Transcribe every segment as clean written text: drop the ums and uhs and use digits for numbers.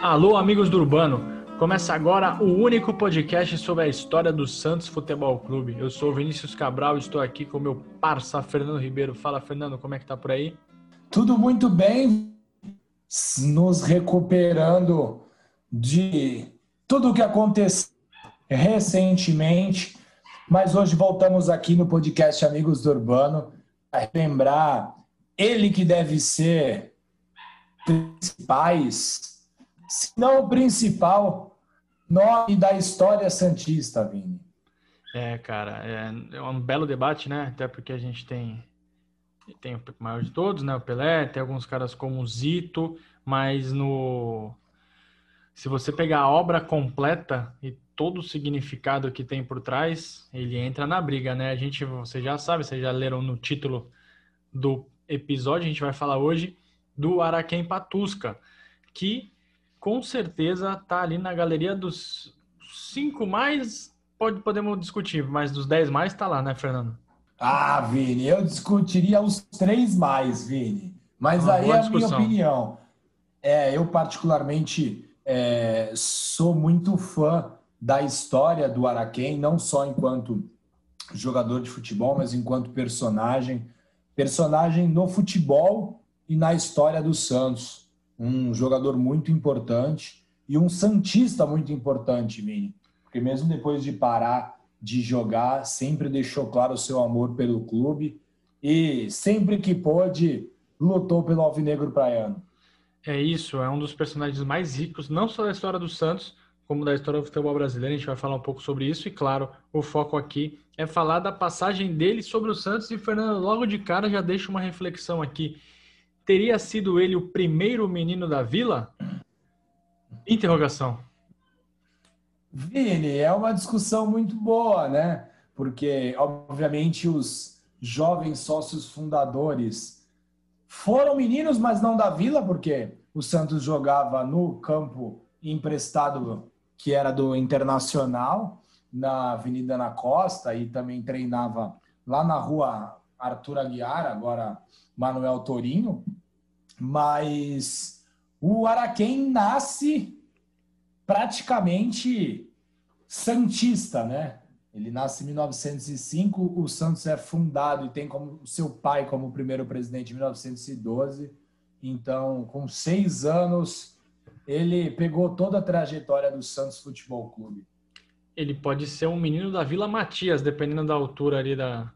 Alô, amigos do Urbano! Começa agora o único podcast sobre a história do Santos Futebol Clube. Eu sou o Vinícius Cabral e estou aqui com o meu parça Fernando Ribeiro. Fala, Fernando, como é que tá por aí? Tudo muito bem, nos recuperando de tudo o que aconteceu recentemente, mas hoje voltamos aqui no podcast Amigos do Urbano a lembrar ele que deve ser principais, se não o principal nome da história santista, Vini. Cara, é um belo debate, né? Até porque a gente tem o maior de todos, né? O Pelé, tem alguns caras como o Zito, mas se você pegar a obra completa e todo o significado que tem por trás, ele entra na briga, né? Você já sabe, vocês já leram no título do episódio, a gente vai falar hoje do Araquém Patusca, que com certeza tá ali na galeria dos 5 mais, podemos discutir, mas dos 10 mais tá lá, né, Fernando? Ah, Vini, eu discutiria os três mais, Vini, É mas uma aí boa é a minha discussão. opinião. Eu particularmente sou muito fã da história do Araquém, não só enquanto jogador de futebol, mas enquanto personagem no futebol e na história do Santos. Um jogador muito importante e um santista muito importante, Vini, porque mesmo depois de parar de jogar, sempre deixou claro o seu amor pelo clube e sempre que pôde, lutou pelo Alvinegro Praiano. É isso, é um dos personagens mais ricos, não só da história do Santos, como da história do futebol brasileiro. A gente vai falar um pouco sobre isso e, claro, o foco aqui é falar da passagem dele sobre o Santos. E, Fernando, logo de cara já deixa uma reflexão aqui. Teria sido ele o primeiro menino da Vila? Interrogação. Vini, é uma discussão muito boa, né? Porque, obviamente, os jovens sócios fundadores foram meninos, mas não da Vila, porque o Santos jogava no campo emprestado que era do Internacional, na Avenida na Costa, e também treinava lá na rua Arthur Aguiar, agora Manuel Torino. Mas o Araquém nasce praticamente santista, né? Ele nasce em 1905, o Santos é fundado e tem como seu pai como primeiro presidente em 1912. Então, com 6 anos, ele pegou toda a trajetória do Santos Futebol Clube. Ele pode ser um menino da Vila Matias, dependendo da altura ali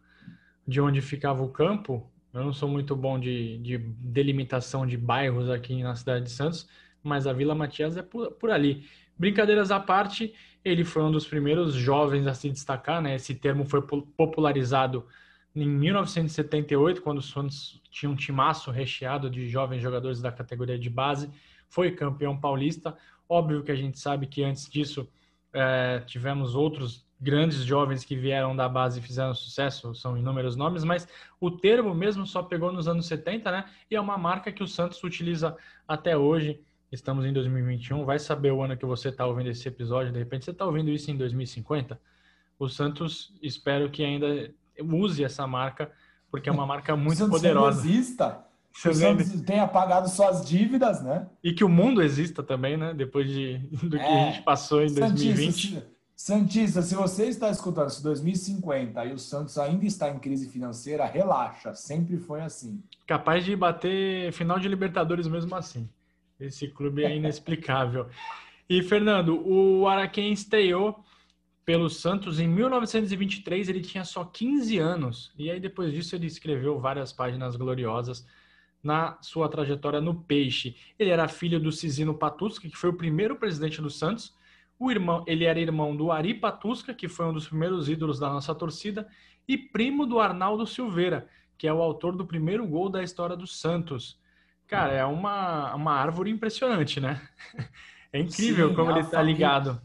de onde ficava o campo. Eu não sou muito bom de delimitação de bairros aqui na cidade de Santos, mas a Vila Matias é por ali. Brincadeiras à parte, ele foi um dos primeiros jovens a se destacar, né? Esse termo foi popularizado em 1978, quando o Santos tinha um timaço recheado de jovens jogadores da categoria de base, foi campeão paulista. Óbvio que a gente sabe que antes disso tivemos outros grandes jovens que vieram da base e fizeram sucesso, são inúmeros nomes, mas o termo mesmo só pegou nos anos 70, né? E é uma marca que o Santos utiliza até hoje. Estamos em 2021, vai saber o ano que você está ouvindo esse episódio, de repente você está ouvindo isso em 2050. O Santos, espero que ainda use essa marca, porque é uma marca O muito Santos ainda poderosa. exista, que o Santos tenha pagado suas dívidas, né? E que o mundo exista também, né? Depois do que a gente passou em Santista, 2020. Santista, se você está escutando isso em 2050 e o Santos ainda está em crise financeira, relaxa, sempre foi assim. Capaz de bater final de Libertadores mesmo assim. Esse clube é inexplicável. E, Fernando, o Araquém estreou pelo Santos em 1923, ele tinha só 15 anos. E aí, depois disso, ele escreveu várias páginas gloriosas na sua trajetória no Peixe. Ele era filho do Cisino Patusca, que foi o primeiro presidente do Santos. Ele era irmão do Ari Patusca, que foi um dos primeiros ídolos da nossa torcida, e primo do Arnaldo Silveira, que é o autor do primeiro gol da história do Santos. Cara, é uma árvore impressionante, né? É incrível Sim, como ele está ligado.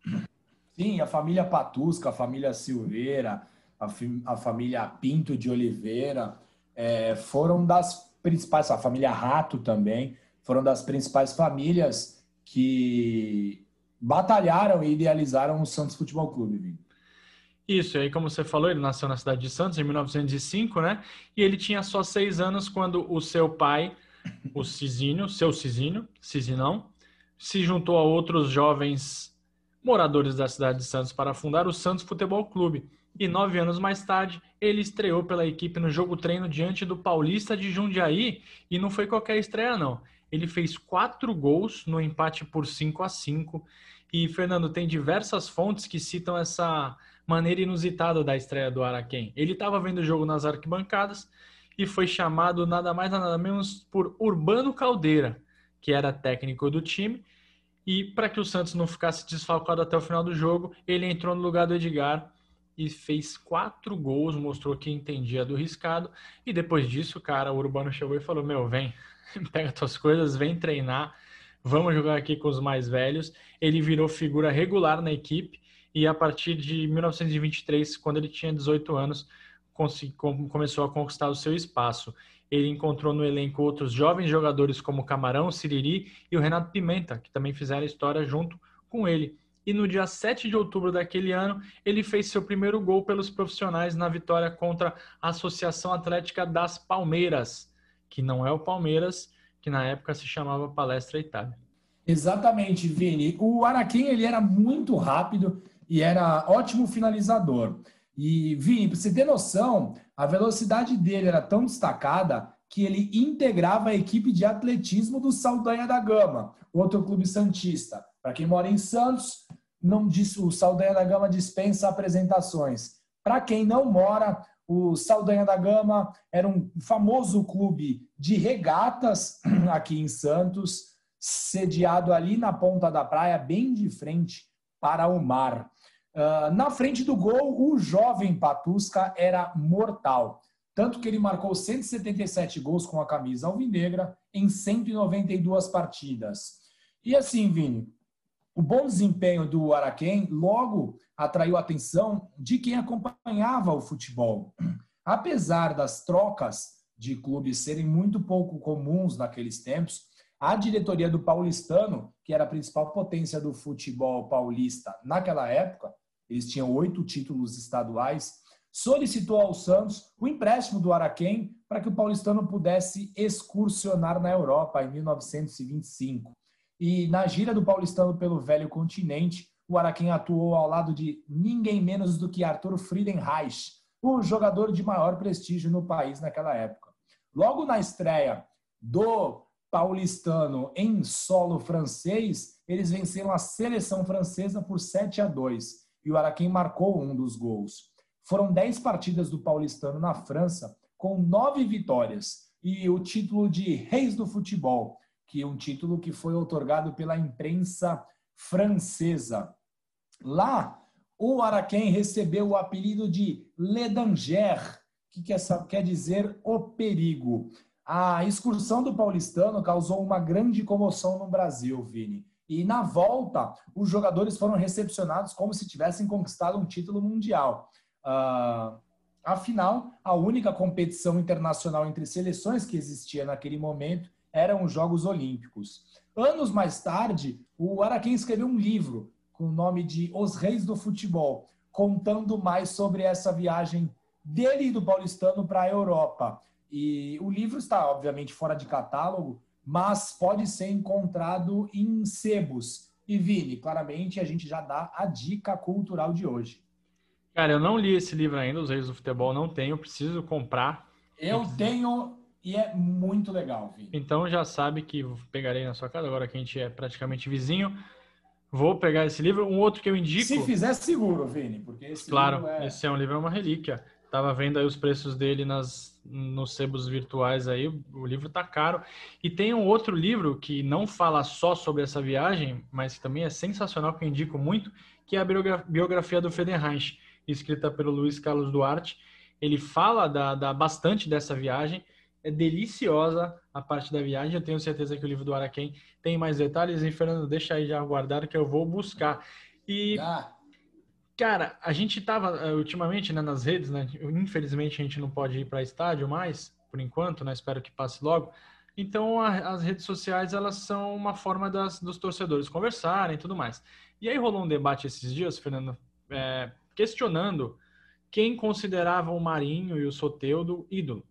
a família Patusca, a família Silveira, a família Pinto de Oliveira, foram das principais, a família Rato também, foram das principais famílias que batalharam e idealizaram o Santos Futebol Clube, Vini. Isso, e aí como você falou, ele nasceu na cidade de Santos em 1905, né? E ele tinha só 6 anos quando o seu pai, o Cisinho, seu Cisinho, Cisinão, se juntou a outros jovens moradores da cidade de Santos para fundar o Santos Futebol Clube. E 9 anos mais tarde, ele estreou pela equipe no jogo-treino diante do Paulista de Jundiaí. E não foi qualquer estreia, não. Ele fez 4 gols no empate por 5-5. E, Fernando, tem diversas fontes que citam essa maneira inusitada da estreia do Araquém. Ele estava vendo o jogo nas arquibancadas e foi chamado nada mais nada menos por Urbano Caldeira, que era técnico do time. E para que o Santos não ficasse desfalcado até o final do jogo, ele entrou no lugar do Edgar e fez 4 gols, mostrou que entendia do riscado. E depois disso, cara, o Urbano chegou e falou: meu, vem, pega tuas coisas, vem treinar, vamos jogar aqui com os mais velhos. Ele virou figura regular na equipe e a partir de 1923, quando ele tinha 18 anos, começou a conquistar o seu espaço. Ele encontrou no elenco outros jovens jogadores como Camarão, Siriri e o Renato Pimenta, que também fizeram história junto com ele. E no dia 7 de outubro daquele ano, ele fez seu primeiro gol pelos profissionais na vitória contra a Associação Atlética das Palmeiras, que não é o Palmeiras, que na época se chamava Palestra Itália. Exatamente, Vini. O Araquém, ele era muito rápido e era ótimo finalizador. E, Vini, para você ter noção, a velocidade dele era tão destacada que ele integrava a equipe de atletismo do Saldanha da Gama, outro clube santista. Para quem mora em Santos, não diz, o Saldanha da Gama dispensa apresentações. Para quem não mora, o Saldanha da Gama era um famoso clube de regatas aqui em Santos, sediado ali na ponta da praia, bem de frente para o mar. Na frente do gol, o jovem Patusca era mortal. Tanto que ele marcou 177 gols com a camisa alvinegra em 192 partidas. E assim, Vini, o bom desempenho do Araquém logo atraiu a atenção de quem acompanhava o futebol. Apesar das trocas de clubes serem muito pouco comuns naqueles tempos, a diretoria do Paulistano, que era a principal potência do futebol paulista naquela época, eles tinham 8 títulos estaduais, solicitou ao Santos o empréstimo do Araquém para que o Paulistano pudesse excursionar na Europa em 1925. E na gira do Paulistano pelo velho continente, o Araquém atuou ao lado de ninguém menos do que Arthur Friedenreich, o jogador de maior prestígio no país naquela época. Logo na estreia do Paulistano em solo francês, eles venceram a seleção francesa por 7-2 e o Araquém marcou um dos gols. Foram 10 partidas do Paulistano na França, com 9 vitórias e o título de Reis do Futebol, que é um título que foi outorgado pela imprensa francesa. Lá, o Araquém recebeu o apelido de Le Danger, que quer dizer o perigo. A excursão do Paulistano causou uma grande comoção no Brasil, Vini. E na volta, os jogadores foram recepcionados como se tivessem conquistado um título mundial. Afinal, a única competição internacional entre seleções que existia naquele momento eram os Jogos Olímpicos. Anos mais tarde, o Araquém escreveu um livro com o nome de Os Reis do Futebol, contando mais sobre essa viagem dele e do Paulistano para a Europa. E o livro está, obviamente, fora de catálogo, mas pode ser encontrado em sebos. E, Vini, claramente a gente já dá a dica cultural de hoje. Cara, eu não li esse livro ainda, Os Reis do Futebol, não tenho, preciso comprar. Eu tenho e é muito legal, Vini. Então já sabe que pegarei na sua casa, agora que a gente é praticamente vizinho. Vou pegar esse livro. Um outro que eu indico... Se fizer seguro, Vini, porque esse claro, livro esse é um livro, é uma relíquia. Tava vendo aí os preços dele nos sebos virtuais aí, o livro tá caro. E tem um outro livro que não fala só sobre essa viagem, mas que também é sensacional, que eu indico muito, que é a biografia do Friedenreich, escrita pelo Luiz Carlos Duarte. Ele fala bastante dessa viagem, é deliciosa a parte da viagem. Eu tenho certeza que o livro do Araquém tem mais detalhes. E, Fernando, deixa aí já guardado que eu vou buscar. E... cara, a gente tava ultimamente, né, nas redes, né? Infelizmente a gente não pode ir para estádio mais, por enquanto, né? Espero que passe logo. Então as redes sociais, elas são uma forma dos torcedores conversarem e tudo mais. E aí rolou um debate esses dias, Fernando, questionando quem considerava o Marinho e o Soteldo ídolo.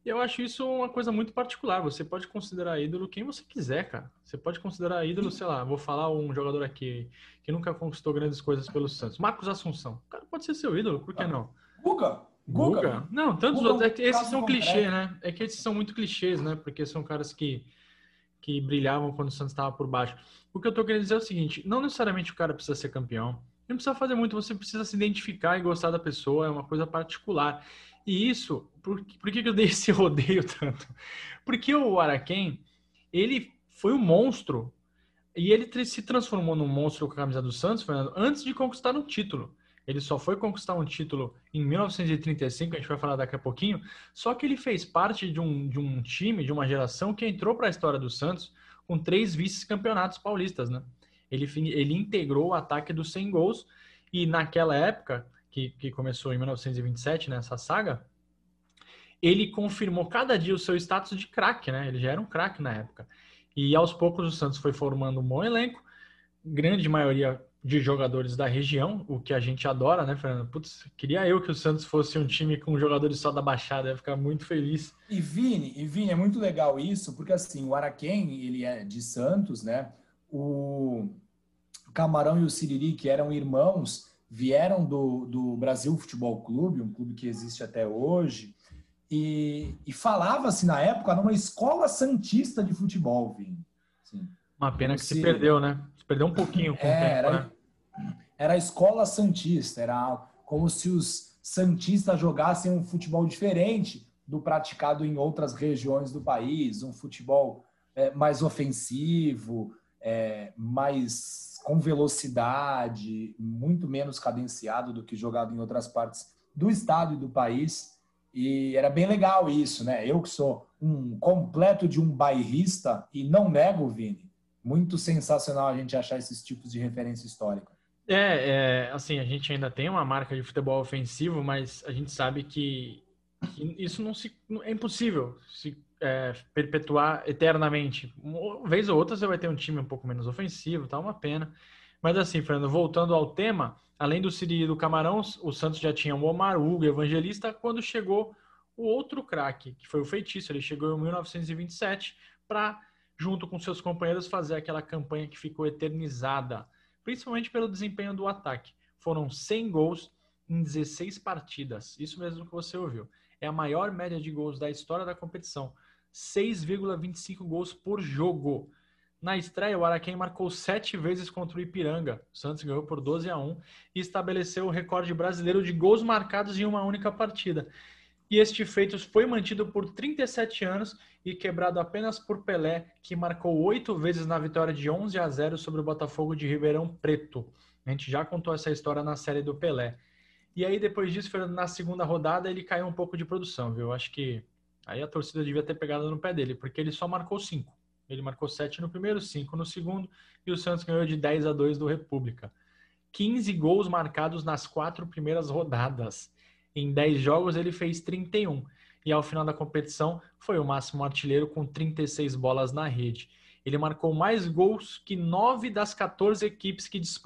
Eu acho isso uma coisa muito particular. Você pode considerar ídolo quem você quiser, cara. Você pode considerar ídolo, sei lá, vou falar um jogador aqui que nunca conquistou grandes coisas pelo Santos. Marcos Assunção. O cara pode ser seu ídolo, por que não? Guga, Guga? Vini. Não, tantos Guga é outros. É um que esses caso são clichê, concreto. né? É que esses são muito clichês, né? Porque são caras que brilhavam quando o Santos estava por baixo. O que eu tô querendo dizer é o seguinte: não necessariamente o cara precisa ser campeão. Não precisa fazer muito, você precisa se identificar e gostar da pessoa, é uma coisa particular. E isso, por que eu dei esse rodeio tanto? Porque o Araquém, ele foi um monstro e ele se transformou num monstro com a camisa do Santos, Fernando, antes de conquistar um título. Ele só foi conquistar um título em 1935, a gente vai falar daqui a pouquinho. Só que ele fez parte de um time, de uma geração que entrou para a história do Santos com 3 vice-campeonatos paulistas, né? Ele integrou o ataque dos 100 gols e naquela época, que começou em 1927, nessa saga, ele confirmou cada dia o seu status de craque, né? Ele já era um craque na época. E aos poucos o Santos foi formando um bom elenco, grande maioria de jogadores da região, o que a gente adora, né, Fernando? Putz, queria eu que o Santos fosse um time com jogadores só da Baixada, eu ia ficar muito feliz. E Vini, é muito legal isso, porque assim, o Araquém, ele é de Santos, né? O Camarão e o Siriri, que eram irmãos, vieram do Brasil Futebol Clube, um clube que existe até hoje, e falava-se na época numa escola santista de futebol, Vini. Assim, Uma como pena que se se perdeu, né? Se perdeu um pouquinho com o tempo, era, né? era a escola santista, era como se os santistas jogassem um futebol diferente do praticado em outras regiões do país, um futebol mais ofensivo, mais com velocidade, muito menos cadenciado do que jogado em outras partes do estado e do país. E era bem legal isso, né? Eu que sou um completo de um bairrista e não nego, Vini, muito sensacional a gente achar esses tipos de referência histórica. Assim, a gente ainda tem uma marca de futebol ofensivo, mas a gente sabe que isso não se, é impossível se perpetuar eternamente. Uma vez ou outra você vai ter um time um pouco menos ofensivo, tá uma pena. Mas assim, Fernando, voltando ao tema, além do Siri e do Camarão, o Santos já tinha o Omar, o Hugo, o Evangelista, quando chegou o outro craque, que foi o Feitiço. Ele chegou em 1927 para, junto com seus companheiros, fazer aquela campanha que ficou eternizada, principalmente pelo desempenho do ataque. Foram 100 gols em 16 partidas. Isso mesmo que você ouviu. É a maior média de gols da história da competição. 6,25 gols por jogo. Na estreia, o Araquém marcou 7 vezes contra o Ipiranga. O Santos ganhou por 12-1 e estabeleceu o recorde brasileiro de gols marcados em uma única partida. E este feito foi mantido por 37 anos e quebrado apenas por Pelé, que marcou 8 vezes na vitória de 11-0 sobre o Botafogo de Ribeirão Preto. A gente já contou essa história na série do Pelé. E aí, depois disso, na segunda rodada, ele caiu um pouco de produção, viu? Acho que aí a torcida devia ter pegado no pé dele, porque ele só marcou 5. Ele marcou 7 no primeiro, 5 no segundo, e o Santos ganhou de 10-2 do República. 15 gols marcados nas 4 primeiras rodadas. Em 10 jogos, ele fez 31. E ao final da competição, foi o máximo artilheiro com 36 bolas na rede. Ele marcou mais gols que 9 das 14 equipes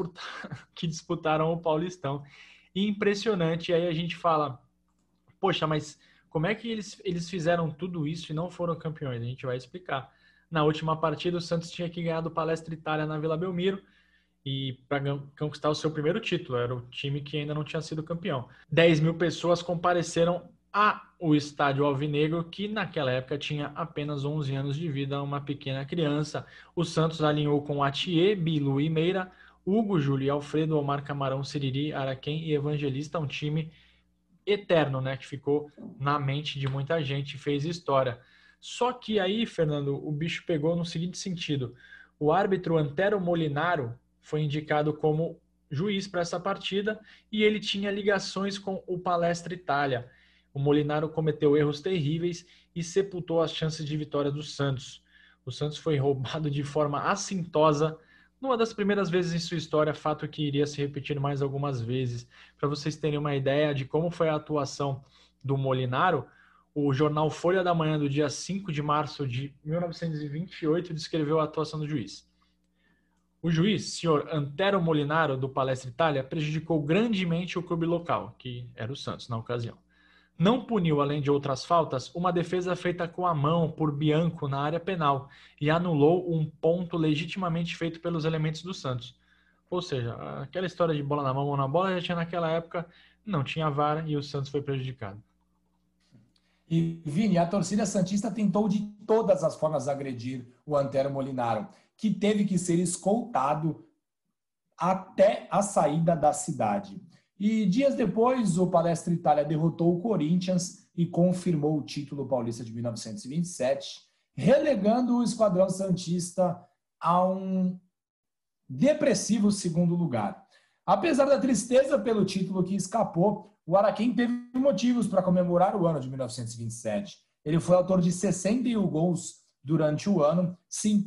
que disputaram o Paulistão. Impressionante. E aí a gente fala, poxa, mas como é que eles fizeram tudo isso e não foram campeões? A gente vai explicar. Na última partida, o Santos tinha que ganhar do Palestra Itália na Vila Belmiro e para conquistar o seu primeiro título. Era o time que ainda não tinha sido campeão. 10 mil pessoas compareceram ao estádio Alvinegro, que naquela época tinha apenas 11 anos de vida, uma pequena criança. O Santos alinhou com Atier, Bilu e Meira, Hugo, Júlio e Alfredo, Omar, Camarão, Siriri, Araquém e Evangelista, um time eterno, né, que ficou na mente de muita gente e fez história. Só que aí, Fernando, o bicho pegou no seguinte sentido: o árbitro Antero Molinaro foi indicado como juiz para essa partida e ele tinha ligações com o Palestra Itália. O Molinaro cometeu erros terríveis e sepultou as chances de vitória do Santos. O Santos foi roubado de forma assintosa numa das primeiras vezes em sua história, fato que iria se repetir mais algumas vezes. Para vocês terem uma ideia de como foi a atuação do Molinaro, o jornal Folha da Manhã, do dia 5 de março de 1928, descreveu a atuação do juiz. O juiz, senhor Antero Molinaro, do Palestra Itália, prejudicou grandemente o clube local, que era o Santos na ocasião. Não puniu, além de outras faltas, uma defesa feita com a mão por Bianco na área penal e anulou um ponto legitimamente feito pelos elementos do Santos. Ou seja, aquela história de bola na mão na bola já tinha naquela época, não tinha VAR e o Santos foi prejudicado. E, Vini, a torcida santista tentou de todas as formas agredir o Antero Molinaro, que teve que ser escoltado até a saída da cidade. E dias depois, o Palestra Itália derrotou o Corinthians e confirmou o título paulista de 1927, relegando o esquadrão santista a um depressivo segundo lugar. Apesar da tristeza pelo título que escapou, o Araquém teve motivos para comemorar o ano de 1927. Ele foi autor de 61 gols durante o ano,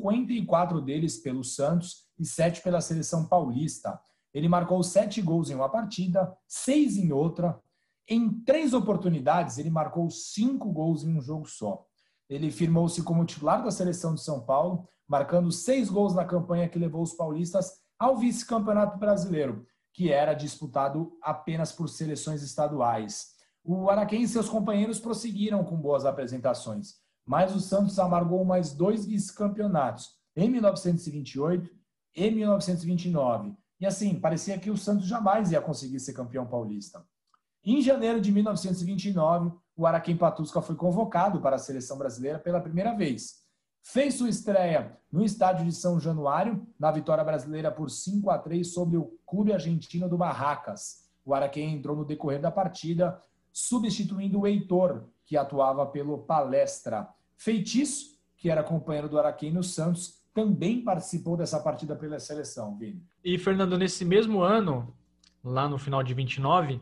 54 deles pelo Santos e 7 pela seleção paulista. Ele marcou 7 gols em uma partida, 6 em outra. Em 3 oportunidades, ele marcou 5 gols em um jogo só. Ele firmou-se como titular da seleção de São Paulo, marcando 6 gols na campanha que levou os paulistas ao vice-campeonato brasileiro, que era disputado apenas por seleções estaduais. O Araquém e seus companheiros prosseguiram com boas apresentações, mas o Santos amargou mais 2 vice-campeonatos, em 1928 e 1929. E assim, parecia que o Santos jamais ia conseguir ser campeão paulista. Em janeiro de 1929, o Araquém Patusca foi convocado para a seleção brasileira pela primeira vez. Fez sua estreia no estádio de São Januário, na vitória brasileira por 5-3 sobre o clube argentino do Barracas. O Araquém entrou no decorrer da partida, substituindo o Heitor, que atuava pelo Palestra. Feitiço, que era companheiro do Araquém no Santos, também participou dessa partida pela seleção, Vini. E, Fernando, nesse mesmo ano, lá no final de 29,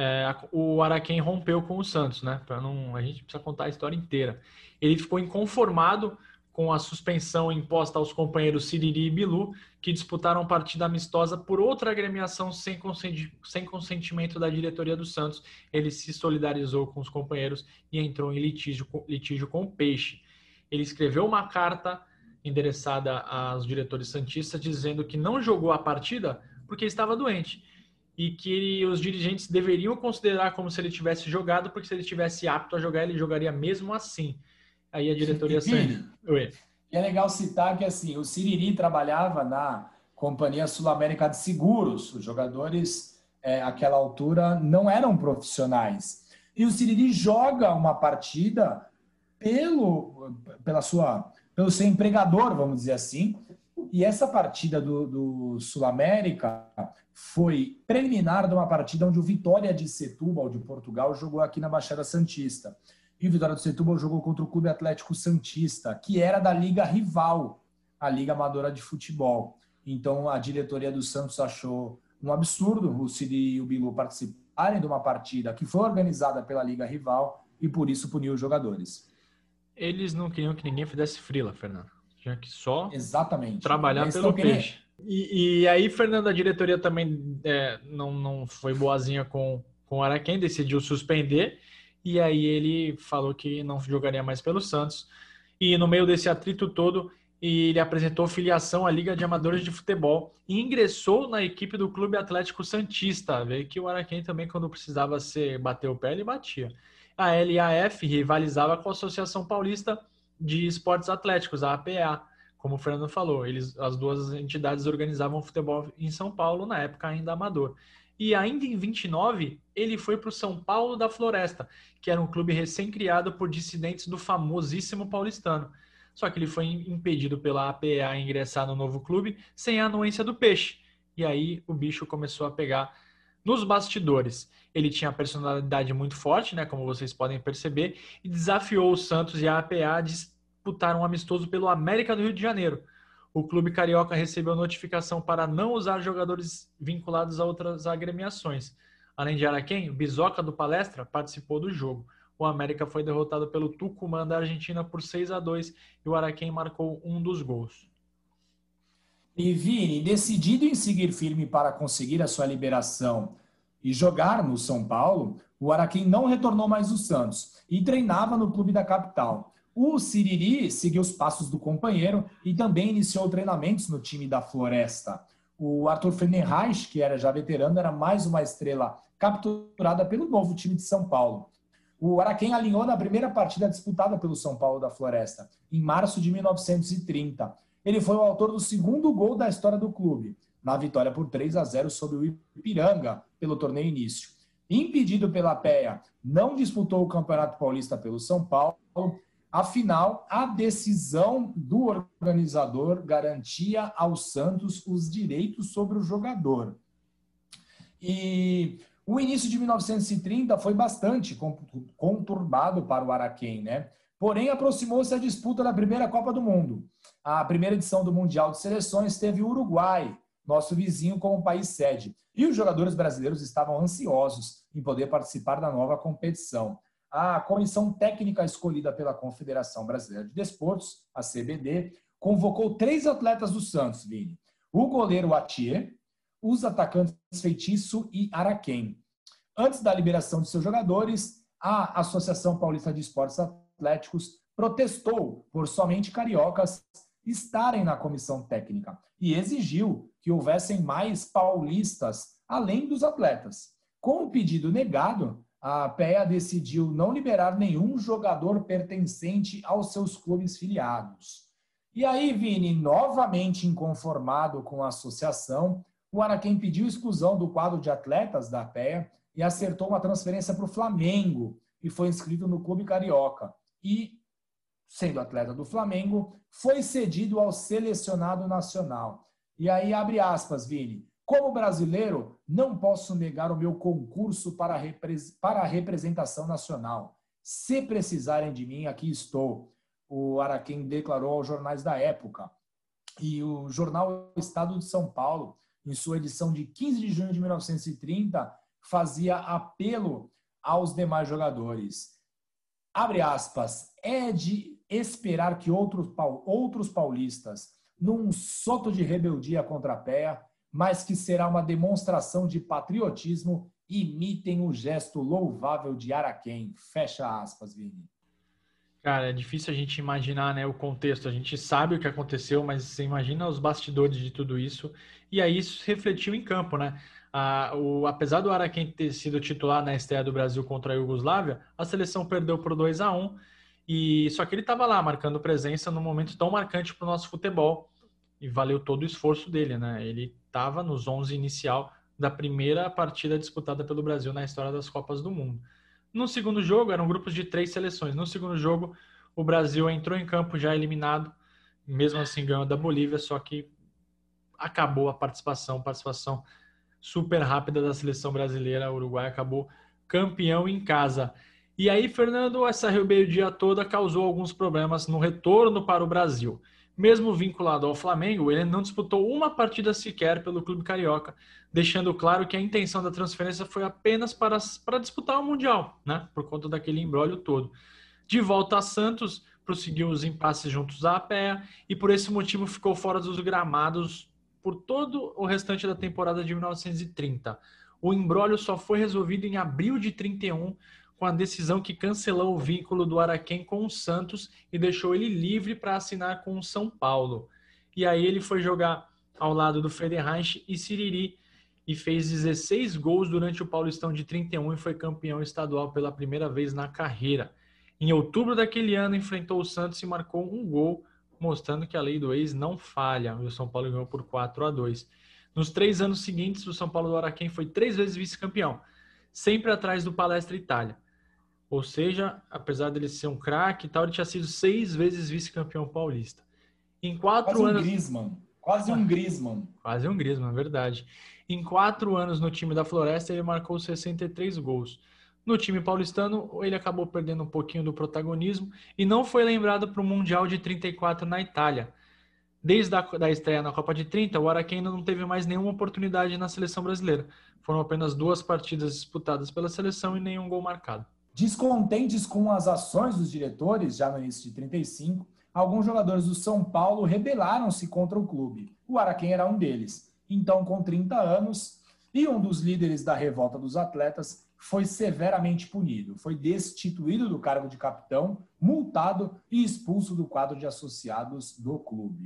o Araquém rompeu com o Santos, né? A gente precisa contar a história inteira. Ele ficou inconformado com a suspensão imposta aos companheiros Siriri e Bilu, que disputaram partida amistosa por outra agremiação sem consentimento da diretoria do Santos. Ele se solidarizou com os companheiros e entrou em litígio com o Peixe. Ele escreveu uma carta endereçada aos diretores santistas dizendo que não jogou a partida porque estava doente e que os dirigentes deveriam considerar como se ele tivesse jogado, porque se ele estivesse apto a jogar, ele jogaria mesmo assim. Aí a diretoria... E é legal citar que assim, o Siriri trabalhava na Companhia Sul-América de Seguros. Os jogadores, àquela altura, não eram profissionais. E o Siriri joga uma partida pelo seu empregador, vamos dizer assim. E essa partida do Sul-América foi preliminar de uma partida onde o Vitória de Setúbal, de Portugal, jogou aqui na Baixada Santista. E o Vitória de Setúbal jogou contra o Clube Atlético Santista, que era da liga rival, a Liga Amadora de Futebol. Então, a diretoria do Santos achou um absurdo o Siri e o Bilu participarem de uma partida que foi organizada pela liga rival e, por isso, puniu os jogadores. Eles não queriam que ninguém fizesse frila, Fernando. Tinha que só Exatamente. Trabalhar pelo peixe. E aí, Fernando, a diretoria também não foi boazinha com o Araquém, decidiu suspender. E aí ele falou que não jogaria mais pelo Santos. E no meio desse atrito todo, ele apresentou filiação à Liga de Amadores de Futebol e ingressou na equipe do Clube Atlético Santista. Veio que o Araquém também, quando precisava bater o pé, ele batia. A LAF rivalizava com a Associação Paulista de Esportes Atléticos, a APA. Como o Fernando falou, as duas entidades organizavam futebol em São Paulo, na época ainda amador. E ainda em 29, ele foi para o São Paulo da Floresta, que era um clube recém-criado por dissidentes do famosíssimo paulistano. Só que ele foi impedido pela APA a ingressar no novo clube sem a anuência do Peixe. E aí o bicho começou a pegar nos bastidores. Ele tinha a personalidade muito forte, né, como vocês podem perceber, e desafiou o Santos e a APA a disputar um amistoso pelo América do Rio de Janeiro. O clube carioca recebeu notificação para não usar jogadores vinculados a outras agremiações. Além de Araquém, o Bizoca do Palestra participou do jogo. O América foi derrotado pelo Tucumã da Argentina por 6-2 e o Araquém marcou um dos gols. E Vini, decidido em seguir firme para conseguir a sua liberação e jogar no São Paulo, o Araquém não retornou mais ao Santos e treinava no clube da capital. O Siriri seguiu os passos do companheiro e também iniciou treinamentos no time da Floresta. O Arthur Friedenreich, que era já veterano, era mais uma estrela capturada pelo novo time de São Paulo. O Araquém alinhou na primeira partida disputada pelo São Paulo da Floresta, em março de 1930. Ele foi o autor do segundo gol da história do clube, na vitória por 3-0 sobre o Ipiranga, pelo torneio início. Impedido pela PEA, não disputou o Campeonato Paulista pelo São Paulo. Afinal, a decisão do organizador garantia ao Santos os direitos sobre o jogador. E o início de 1930 foi bastante conturbado para o Araquém, né? Porém, aproximou-se a disputa da primeira Copa do Mundo. A primeira edição do Mundial de Seleções teve o Uruguai, nosso vizinho, como país sede. E os jogadores brasileiros estavam ansiosos em poder participar da nova competição. A comissão técnica escolhida pela Confederação Brasileira de Desportos, a CBD, convocou 3 atletas do Santos, Vini. O goleiro Atier, os atacantes Feitiço e Araquém. Antes da liberação de seus jogadores, a Associação Paulista de Esportes Atléticos protestou por somente cariocas estarem na comissão técnica e exigiu que houvessem mais paulistas, além dos atletas. Com o pedido negado, a PEA decidiu não liberar nenhum jogador pertencente aos seus clubes filiados. E aí, Vini, novamente inconformado com a associação, o Araquém pediu exclusão do quadro de atletas da PEA e acertou uma transferência para o Flamengo e foi inscrito no Clube Carioca. E, sendo atleta do Flamengo, foi cedido ao selecionado nacional. E aí, abre aspas, Vini. Como brasileiro, não posso negar o meu concurso para a representação nacional. Se precisarem de mim, aqui estou. O Araquém declarou aos jornais da época. E o jornal Estado de São Paulo, em sua edição de 15 de junho de 1930, fazia apelo aos demais jogadores. Abre aspas, é de esperar que outros paulistas, num soto de rebeldia contra a PEA, mas que será uma demonstração de patriotismo, imitem o gesto louvável de Araquém. Fecha aspas, Vini. Cara, é difícil a gente imaginar, né, o contexto. A gente sabe o que aconteceu, mas você imagina os bastidores de tudo isso. E aí isso refletiu em campo, né? Apesar do Araquém ter sido titular na estreia do Brasil contra a Iugoslávia, a seleção perdeu por 2-1. Só que ele estava lá, marcando presença num momento tão marcante para o nosso futebol. E valeu todo o esforço dele, né? Ele estava nos 11 inicial da primeira partida disputada pelo Brasil na história das Copas do Mundo. No segundo jogo, eram grupos de 3 seleções. No segundo jogo, o Brasil entrou em campo já eliminado, mesmo assim ganhou da Bolívia, só que acabou a participação super rápida da seleção brasileira. O Uruguai acabou campeão em casa. E aí, Fernando, essa rebeldia toda causou alguns problemas no retorno para o Brasil. Mesmo vinculado ao Flamengo, ele não disputou uma partida sequer pelo Clube Carioca, deixando claro que a intenção da transferência foi apenas para disputar o Mundial, né? Por conta daquele imbróglio todo. De volta a Santos, prosseguiu os impasses juntos à PEA e por esse motivo ficou fora dos gramados por todo o restante da temporada de 1930. O imbróglio só foi resolvido em abril de 31, com a decisão que cancelou o vínculo do Araquém com o Santos e deixou ele livre para assinar com o São Paulo. E aí ele foi jogar ao lado do Friedenreich e Siriri e fez 16 gols durante o Paulistão de 31 e foi campeão estadual pela primeira vez na carreira. Em outubro daquele ano, enfrentou o Santos e marcou um gol, mostrando que a lei do ex não falha. O São Paulo ganhou por 4-2. Nos 3 anos seguintes, o São Paulo do Araquém foi 3 vezes vice-campeão, sempre atrás do Palestra Itália. Ou seja, apesar dele ser um craque e tal, ele tinha sido 6 vezes vice-campeão paulista. Em 4 anos... Quase um Griezmann. Quase um Griezmann, é verdade. Em 4 anos no time da Floresta, ele marcou 63 gols. No time paulistano, ele acabou perdendo um pouquinho do protagonismo e não foi lembrado para o Mundial de 34 na Itália. Desde a estreia na Copa de 30, o Araquém ainda não teve mais nenhuma oportunidade na seleção brasileira. Foram apenas 2 partidas disputadas pela seleção e nenhum gol marcado. Descontentes com as ações dos diretores, já no início de 35, alguns jogadores do São Paulo rebelaram-se contra o clube. O Araquém era um deles. Então, com 30 anos, e um dos líderes da revolta dos atletas, foi severamente punido. Foi destituído do cargo de capitão, multado e expulso do quadro de associados do clube.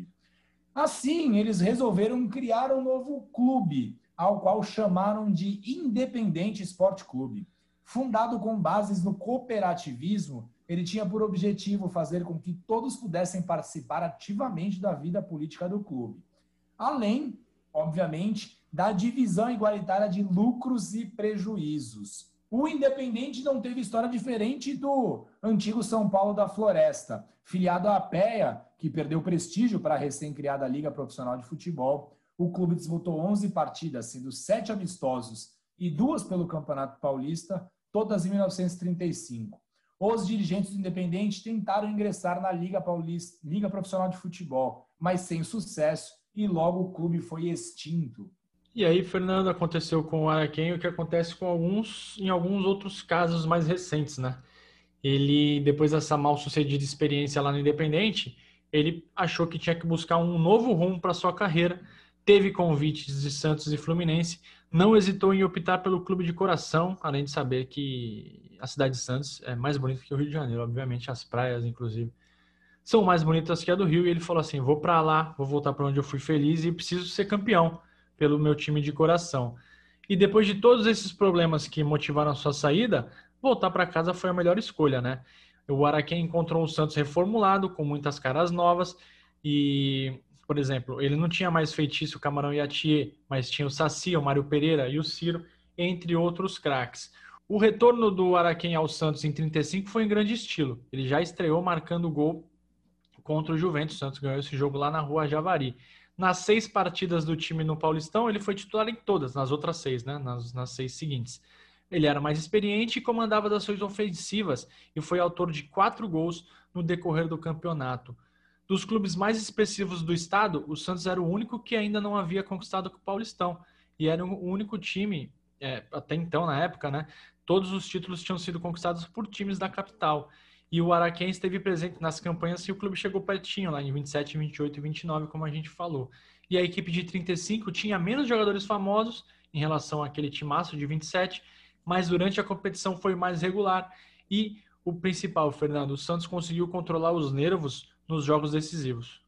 Assim, eles resolveram criar um novo clube, ao qual chamaram de Independente Esporte Clube. Fundado com bases no cooperativismo, ele tinha por objetivo fazer com que todos pudessem participar ativamente da vida política do clube. Além, obviamente, da divisão igualitária de lucros e prejuízos. O Independente não teve história diferente do antigo São Paulo da Floresta, filiado à APEA, que perdeu prestígio para a recém-criada Liga Profissional de Futebol. O clube disputou 11 partidas, sendo 7 amistosos e 2 pelo Campeonato Paulista, todas em 1935. Os dirigentes do Independente tentaram ingressar na Liga Profissional de Futebol, mas sem sucesso, e logo o clube foi extinto. E aí, Fernando, aconteceu com o Araquém o que acontece em alguns outros casos mais recentes, né? Ele, depois dessa mal-sucedida experiência lá no Independente, ele achou que tinha que buscar um novo rumo para sua carreira, teve convites de Santos e Fluminense, não hesitou em optar pelo clube de coração, além de saber que a cidade de Santos é mais bonita que o Rio de Janeiro, obviamente as praias, inclusive, são mais bonitas que a do Rio, e ele falou assim, vou para lá, vou voltar para onde eu fui feliz e preciso ser campeão pelo meu time de coração. E depois de todos esses problemas que motivaram a sua saída, voltar para casa foi a melhor escolha, né? O Araquém encontrou um Santos reformulado, com muitas caras novas, e, por exemplo, ele não tinha mais Feitiço, Camarão e Atié, mas tinha o Saci, o Mário Pereira e o Ciro, entre outros craques. O retorno do Araquém ao Santos em 35 foi em grande estilo. Ele já estreou marcando gol contra o Juventus. O Santos ganhou esse jogo lá na Rua Javari. Nas 6 partidas do time no Paulistão, ele foi titular em todas, nas outras 6, né? Nas 6 seguintes. Ele era mais experiente e comandava as ações ofensivas e foi autor de 4 gols no decorrer do campeonato. Dos clubes mais expressivos do estado, o Santos era o único que ainda não havia conquistado o Paulistão. E era o único time, até então, na época, né? Todos os títulos tinham sido conquistados por times da capital. E o Araquém esteve presente nas campanhas e o clube chegou pertinho, lá em 27, 28 e 29, como a gente falou. E a equipe de 35 tinha menos jogadores famosos em relação àquele timaço de 27, mas durante a competição foi mais regular. E o principal, Fernando, o Santos conseguiu controlar os nervos nos jogos decisivos.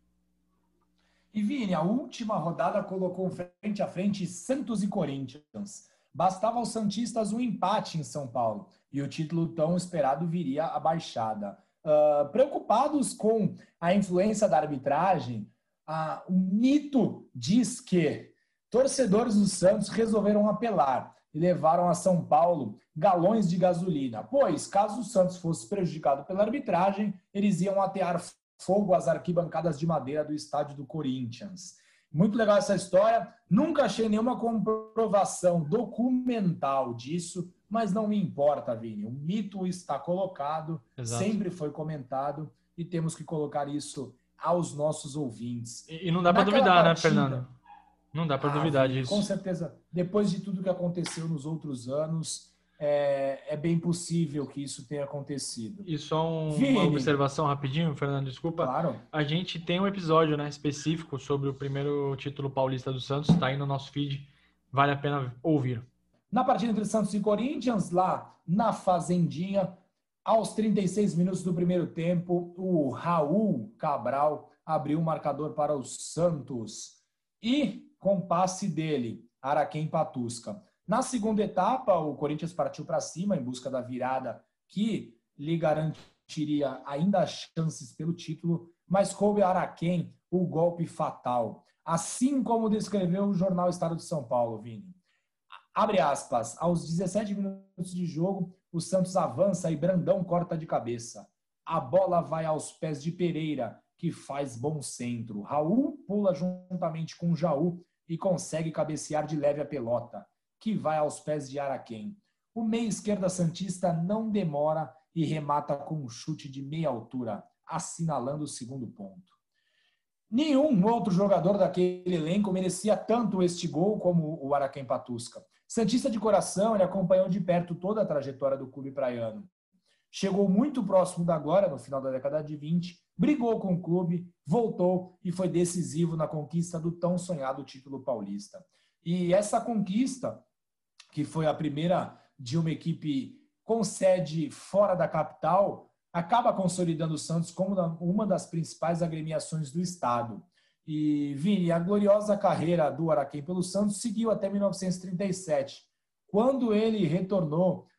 E Vini, a última rodada colocou frente a frente Santos e Corinthians. Bastava aos santistas um empate em São Paulo e o título tão esperado viria à baixada. Preocupados com a influência da arbitragem, o mito diz que torcedores do Santos resolveram apelar e levaram a São Paulo galões de gasolina, pois, caso o Santos fosse prejudicado pela arbitragem, eles iam atear fogo às arquibancadas de madeira do estádio do Corinthians. Muito legal essa história. Nunca achei nenhuma comprovação documental disso, mas não me importa, Vini. O mito está colocado, Exato. Sempre foi comentado e temos que colocar isso aos nossos ouvintes. E não dá para duvidar, partida, né, Fernando? Não dá para duvidar Vini, disso. Com certeza. Depois de tudo que aconteceu nos outros anos, é bem possível que isso tenha acontecido. E só uma observação rapidinho, Fernando, desculpa. Claro. A gente tem um episódio, né, específico sobre o primeiro título paulista do Santos, está aí no nosso feed, vale a pena ouvir. Na partida entre Santos e Corinthians, lá na Fazendinha, aos 36 minutos do primeiro tempo, o Raul Cabral abriu o marcador para o Santos. E, com passe dele, Araquém Patusca. Na segunda etapa, o Corinthians partiu para cima em busca da virada que lhe garantiria ainda chances pelo título, mas coube a Araquém o golpe fatal. Assim como descreveu o jornal Estado de São Paulo, Vini. Abre aspas, aos 17 minutos de jogo, o Santos avança e Brandão corta de cabeça. A bola vai aos pés de Pereira, que faz bom centro. Raul pula juntamente com Jaú e consegue cabecear de leve a pelota, que vai aos pés de Araquém. O meia-esquerda santista não demora e remata com um chute de meia altura, assinalando o segundo ponto. Nenhum outro jogador daquele elenco merecia tanto este gol como o Araquém Patusca. Santista de coração, ele acompanhou de perto toda a trajetória do clube praiano. Chegou muito próximo da glória no final da década de 20, brigou com o clube, voltou e foi decisivo na conquista do tão sonhado título paulista. E essa conquista, que foi a primeira de uma equipe com sede fora da capital, acaba consolidando o Santos como uma das principais agremiações do estado. E, Vini, a gloriosa carreira do Araquém pelo Santos seguiu até 1937, quando ele retornou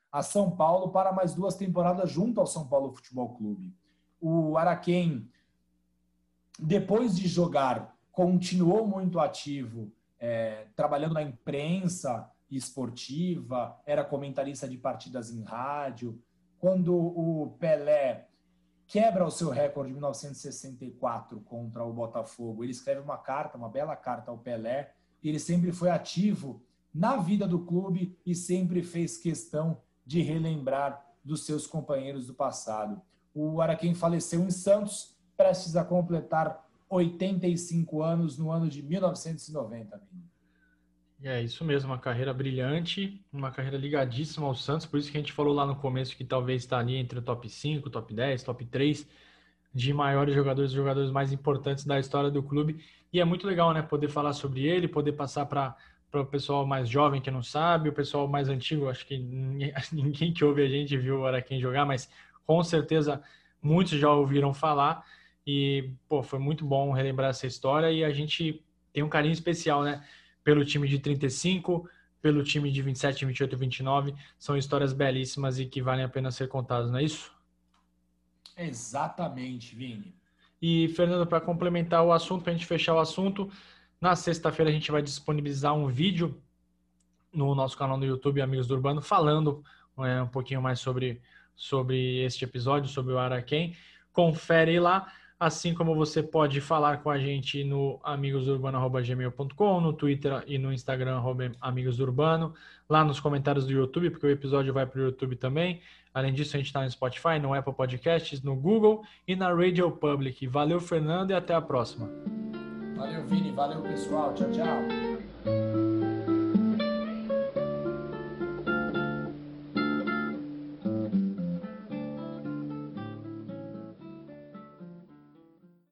a São Paulo para mais 2 temporadas junto ao São Paulo Futebol Clube. O Araquém, depois de jogar, continuou muito ativo, trabalhando na imprensa esportiva, era comentarista de partidas em rádio. Quando o Pelé quebra o seu recorde em 1964 contra o Botafogo, ele escreve uma bela carta ao Pelé, e ele sempre foi ativo na vida do clube e sempre fez questão de relembrar dos seus companheiros do passado. O Araquém faleceu em Santos, prestes a completar 85 anos no ano de 1990. É isso mesmo, uma carreira brilhante, uma carreira ligadíssima ao Santos, por isso que a gente falou lá no começo que talvez está ali entre o top 5, top 10, top 3 de maiores jogadores, jogadores mais importantes da história do clube. E é muito legal, né, poder falar sobre ele, poder passar para o pessoal mais jovem que não sabe, o pessoal mais antigo, acho que ninguém que ouve a gente viu o Araquém jogar, mas com certeza muitos já ouviram falar. E, pô, foi muito bom relembrar essa história e a gente tem um carinho especial, né? Pelo time de 35, pelo time de 27, 28 e 29. São histórias belíssimas e que valem a pena ser contadas, não é isso? Exatamente, Vini. E, Fernando, para complementar o assunto, para a gente fechar o assunto, na sexta-feira a gente vai disponibilizar um vídeo no nosso canal no YouTube, Amigos do Urbano, falando um pouquinho mais sobre este episódio, sobre o Araquém. Confere lá. Assim como você pode falar com a gente no amigosurbano@gmail.com, no Twitter e no Instagram, @amigosurbano, lá nos comentários do YouTube, porque o episódio vai para o YouTube também. Além disso, a gente está no Spotify, no Apple Podcasts, no Google e na Radio Public. Valeu, Fernando, e até a próxima. Valeu, Vini. Valeu, pessoal. Tchau, tchau.